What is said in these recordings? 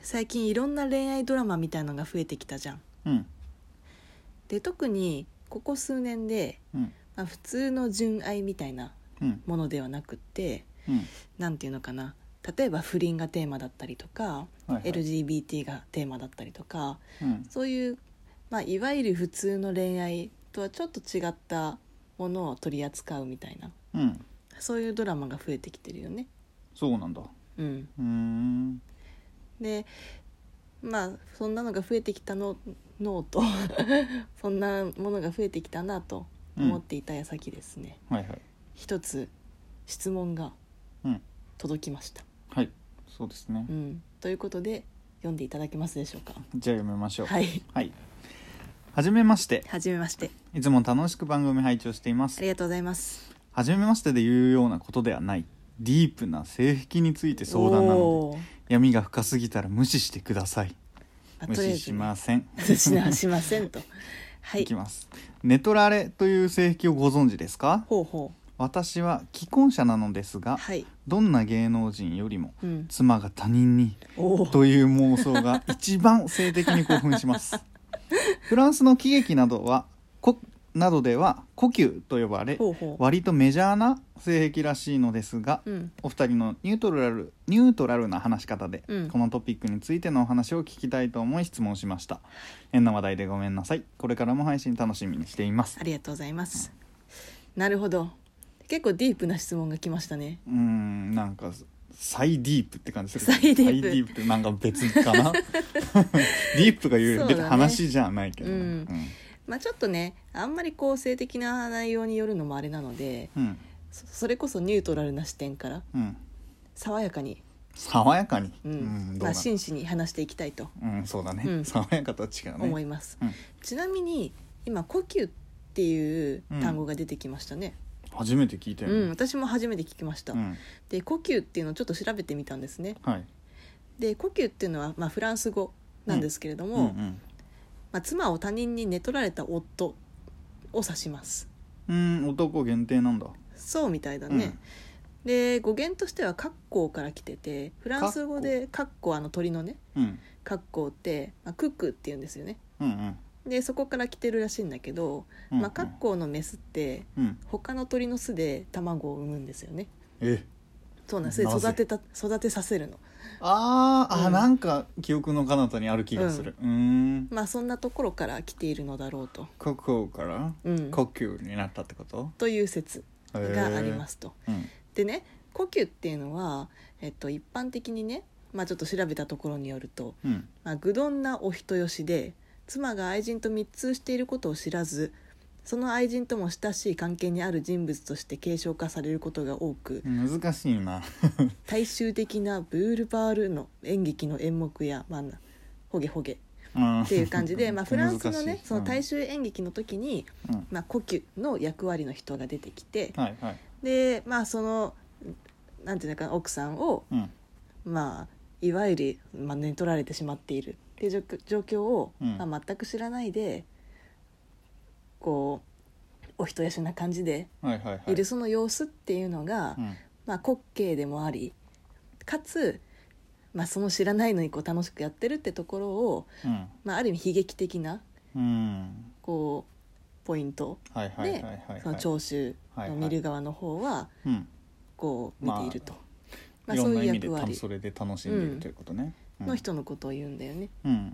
最近いろんな恋愛ドラマみたいのが増えてきたじゃん。 うんで特にここ数年で、 うん普通の純愛みたいなうんものではなくって、 うんなんていうのかな、例えば不倫がテーマだったりとか、 はいはい LGBT がテーマだったりとか、 うんそういう、いわゆる普通の恋愛とはちょっと違ったものを取り扱うみたいな、 うんそういうドラマが増えてきてるよね。 そうなんだ。 うんでそんなのが増えてきたのとそんなものが増えてきたなと思っていた矢先ですね、 はいはい一つ質問がうん届きました、 はいそうですね。 ということで読んでいただけますでしょうか。 じゃあ読みましょう。 はいはいはじめまして。 はじめまして。 いつも楽しく番組拝聴しています。 ありがとうございます。 はじめましてで言うようなことではないディープな性癖について相談なのおーで闇が深すぎたら無視してください。無とりあえずね視しません。 しませんとはいいきます。ネトラレという性癖をご存知ですか？ ほうほ私は既婚者なのですが、 うはいどんな芸能人よりもうん妻が他人におーという妄想が一番性的に興奮しますフランスの喜劇などでは呼吸と呼ばれほうほう割とメジャーな性癖らしいのですが、 うんお二人のニュートラルな話し方で、 うんこのトピックについてのお話を聞きたいと思い質問しました。変な話題でごめんなさい。これからも配信楽しみにしています。 ありがとうございます、なるほど。結構ディープな質問が来ましたね。 なんかサイディープって感じする。 サイディープサイディープってなんか別かなディープが言うより別に話じゃないけどね。 ちょっとねあんまり性的な内容によるのもあれなので、 うんそれこそニュートラルな視点からうん爽やかに、 爽やかに、どうだ真摯に話していきたいとそうだね、 うん爽やかとは違うね。 思います、 うんちなみに今呼吸っていう単語が出てきましたね。 初めて聞いたよね。 私も初めて聞きました、で呼吸っていうのをちょっと調べてみたんですね。 はい。 で呼吸っていうのは、フランス語なんですけれども、妻を他人に寝取られた夫を指します。 男限定なんだ。 そうみたいだね、で語源としてはカッコーから来てて、フランス語でカッコ鳥のねカッコーって、クックっていうんですよね。でそこから来てるらしいんだけど、カッコーのメスって他の鳥の巣で卵を産むんですよね。そうなんです。 なぜ育てさせるの。 なんか記憶の彼方にある気がする。 そんなところから来ているのだろうと。 呼吸から呼吸になったってこと？ という説がありますと。でね、呼吸っていうのは、一般的にね、ちょっと調べたところによると、愚鈍なお人よしで妻が愛人と密通していることを知らず、その愛人とも親しい関係にある人物として継承化されることが多く、 難しいな大衆的なブールバールの演劇の演目や、ホゲホゲっていう感じで、フランスのねその大衆演劇の時に、呼吸の役割の人が出てきて、でそのなんていうのかな、奥さんを、いわゆる、寝取られてしまっているっていう状況を、全く知らないでお人よしな感じでいるその様子っていうのが、滑稽でもあり、かつ、その知らないのに楽しくやってるってところを、ある意味悲劇的な、ポイントでその聴衆の見る側の方は見ていると、 いろんな意味でそういう役割それで楽しんでいるということね、 の人のことを言うんだよね。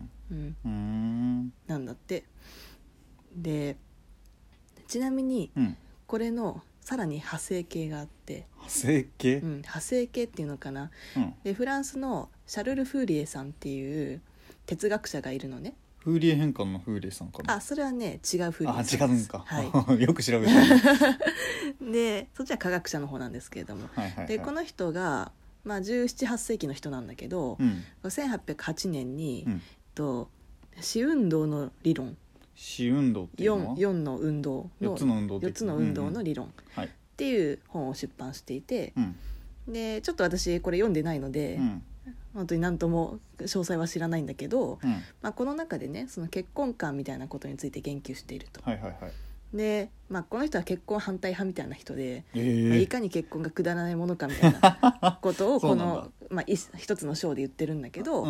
なんだって。でちなみにこれのさらに派生形があって、 派生形、 派生形っていうのかな、でフランスのシャルル・フーリエさんっていう哲学者がいるのね。 フーリエ変換のフーリエさんかな。 それはね違うフーリエさんです。 違うんか、 はい、 よく調べたでそっちは科学者の方なんですけれども、でこの人が、17、8世紀の人なんだけど、1808年に、死運動の理論、 死運動っていうのは 4の運動の4つの運動の理論っていう本を出版していて、でちょっと私これ読んでないので、本当に何とも詳細は知らないんだけど、この中でねその結婚観みたいなことについて言及していると。で、この人は結婚反対派みたいな人で、いかに結婚がくだらないものかみたいなことをこの、一つの章で言ってるんだけど、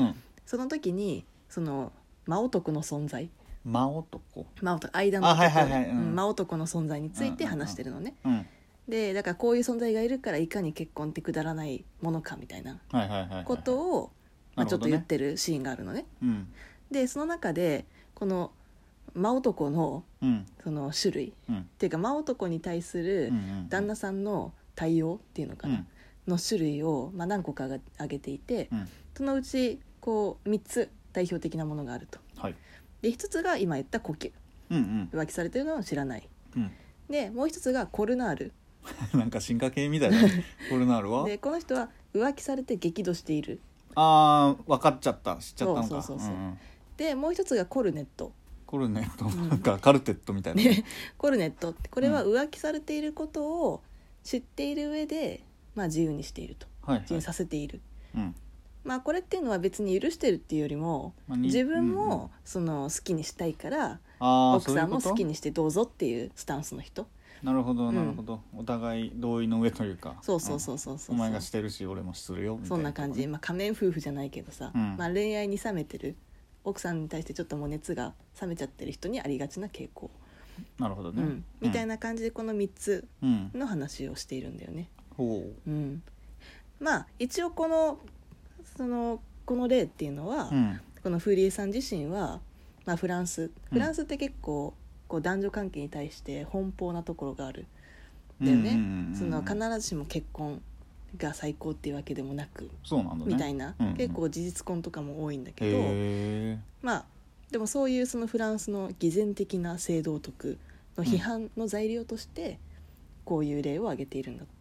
その時にその真男の存在、 真男、 間の男、 真男の存在について話してるのね、 うんでだからこういう存在がいるからいかに結婚ってくだらないものかみたいなことを、ちょっと言ってるシーンがあるのね。でその中でこの真男のその種類、っていうか真男に対する旦那さんの対応っていうのかな、の種類を何個か挙げていて、そのうちこう3つ代表的なものがあると。で1つが今言った呼吸、浮気されてるのを知らない、でもう1つがコルナールなんか進化系みたいなコルナールはでこの人は浮気されて激怒している。 分かっちゃった、知っちゃったのか。 でもう一つがコルネット、 なんかカルテットみたいな、 コルネットってこれは浮気されていることを知っている上で、自由にしていると、自由にさせている、これっていうのは別に許してるっていうよりも、自分もその好きにしたいから、奥さんも好きにしてどうぞっていうスタンスの人。 なるほどなるほど、お互い同意の上というか、 そうお前がしてるし俺もするよみたいな、 そんな感じ、仮面夫婦じゃないけどさ、恋愛に冷めてる奥さんに対してちょっともう熱が冷めちゃってる人にありがちな傾向。 なるほどね、 みたいな感じでこの3つの話をしているんだよね。一応この例っていうのは、このフーリエさん自身は、フランスって結構こう男女関係に対して奔放なところがあるんだよね。その必ずしも結婚が最高っていうわけでもなく、 そうなんだね、 みたいな、結構事実婚とかも多いんだけど、でもそういうそのフランスの偽善的な性道徳の批判の材料としてこういう例を挙げているんだって。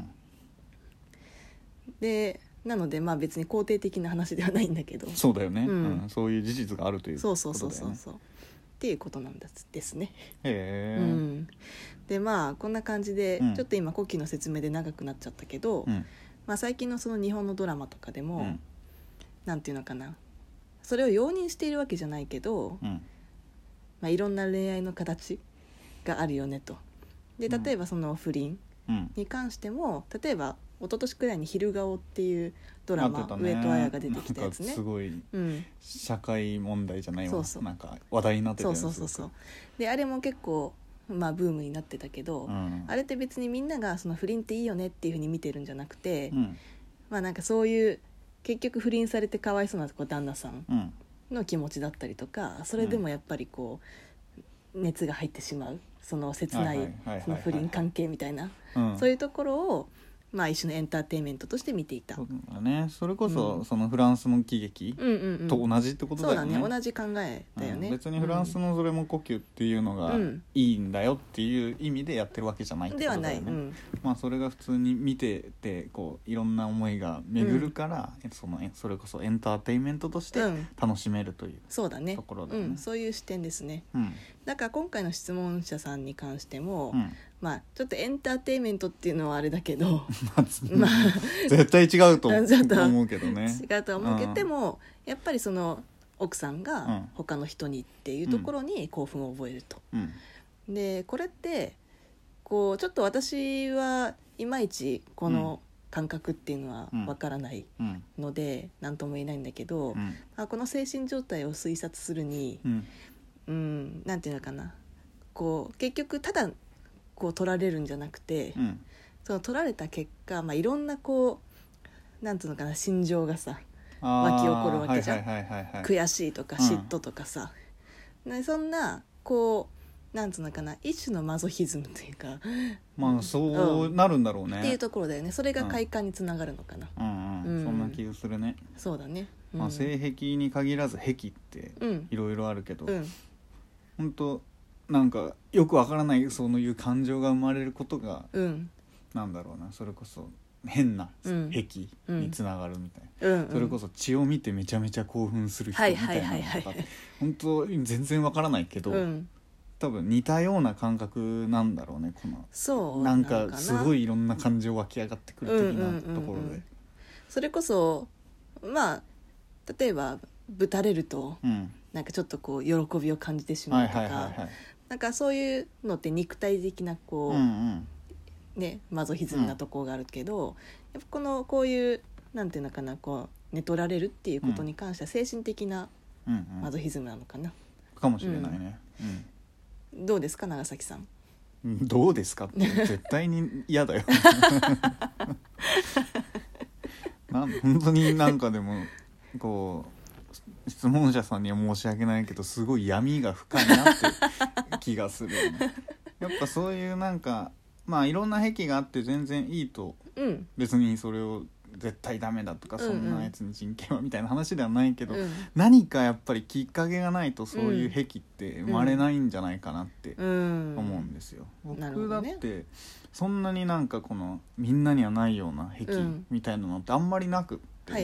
でなので別に肯定的な話ではないんだけど、 そうだよね、そういう事実があるということだよね。 そうっていうことなんですね。 へえ。でこんな感じで、ちょっと今呼吸の説明で長くなっちゃったけど、最近のその日本のドラマとかでも、なんていうのかな、それを容認しているわけじゃないけど、いろんな恋愛の形があるよねと。で例えばその不倫に関しても、例えば一昨年くらいに昼顔っていうドラマ、上戸彩が出てきたやつね。 すごい社会問題じゃないわ、なんか話題になってたやつ。 そうであれも結構ブームになってたけど、あれって別にみんながその不倫っていいよねっていう風に見てるんじゃなくて、なんかそういう結局不倫されてかわいそうな旦那さんの気持ちだったりとか、それでもやっぱりこう熱が入ってしまう、その切ないその不倫関係みたいな、そういうところを一種のエンターテインメントとして見ていた。 そうだね、それこそ、そのフランスの喜劇と同じってことだよね。 そうだね、同じ考えだよね。 別にフランスのそれも呼吸っていうのがいいんだよっていう意味でやってるわけじゃないってことだよね。ではない、それが普通に見ててこういろんな思いが巡るから、それこそエンターテインメントとして楽しめるという、 そうだね、 ところだよね。 そういう視点ですね。だから今回の質問者さんに関しても、ちょっとエンターテインメントっていうのはあれだけど絶対違うと思うけどね。 違うと思うけど、でもやっぱりその奥さんが他の人にっていうところに興奮を覚えると。でこれってこうちょっと私はいまいちこの感覚っていうのはわからないので何とも言えないんだけど、この精神状態を推察するに、なんていうのかな、こう結局ただこう取られるんじゃなくて、その取られた結果、いろんなこうなんていうのかな、心情がさ湧き起こるわけじゃん。悔しいとか嫉妬とかさ、そんなこうなんていうのかな、一種のマゾヒズムというか、 そうなるんだろうね、 っていうところだよね。それが快感につながるのかな。 そんな気がするね。 そうだね。 性癖に限らず癖っていろいろあるけど、本当なんかよくわからないそういう感情が生まれることが、なんだろうな、それこそ変な癖につながるみたいな、それこそ血を見てめちゃめちゃ興奮する人みたいなのとか、本当全然わからないけど、多分似たような感覚なんだろうね。このそうなんかすごいいろんな感情湧き上がってくる的なところで、 それこそ例えばぶたれると、なんかちょっとこう喜びを感じてしまうとか、なんかそういうのって肉体的なこう、マゾヒズムなところがあるけど、やっぱこういうなんていうのかな、こう寝取られるっていうことに関しては精神的なマゾヒズムなのかな、 かもしれないね、 どうですか長崎さん。 どうですかって絶対に嫌だよ本当になんかでもこう質問者さんには申し訳ないけどすごい闇が深いなって気がするよねやっぱそういうなんかまあいろんな癖があって全然いいと、別にそれを絶対ダメだとか、そんなやつに人権はみたいな話ではないけど、何かやっぱりきっかけがないとそういう癖って生まれないんじゃないかなって思うんですよ、僕だってそんなになんかこのみんなにはないような癖みたいなのってあんまりなくって、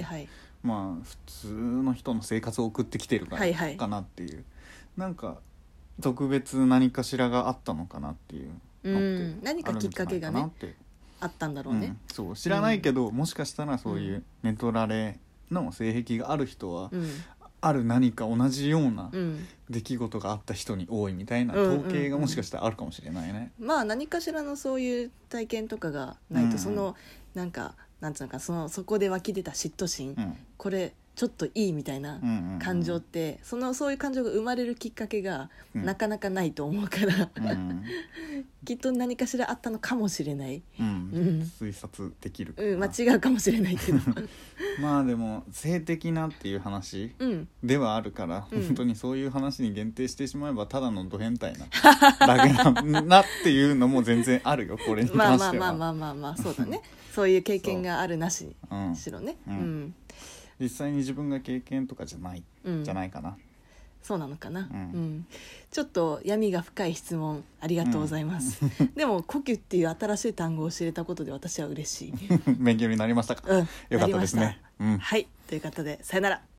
まあ普通の人の生活を送ってきてるからかなっていう、なんか特別何かしらがあったのかなっていうのって何かきっかけがねあったんだろうね、 そう知らないけど、もしかしたらそういう寝取られの性癖がある人は、ある何か同じような出来事があった人に多いみたいな統計がもしかしたらあるかもしれないね、 まあ何かしらのそういう体験とかがないと、そのなんかなんつうのか、そこで湧き出た嫉妬心、これちょっといいみたいな感情って、そういう感情が生まれるきっかけがなかなかないと思うから、きっと何かしらあったのかもしれない、 推察できるかな、 まあ違うかもしれないけどまあでも性的なっていう話ではあるから、本当にそういう話に限定してしまえばただのド変態なだけなっていうのも全然あるよこれに関しては。 まあそうだねそういう経験があるなしにしろね、 実際に自分が経験とかじゃない、じゃないかな。 そうなのかな、ちょっと闇が深い質問ありがとうございます、でも呼吸っていう新しい単語を知れたことで私は嬉しい勉強になりましたか、よかったですね、 はい、ということでさよなら。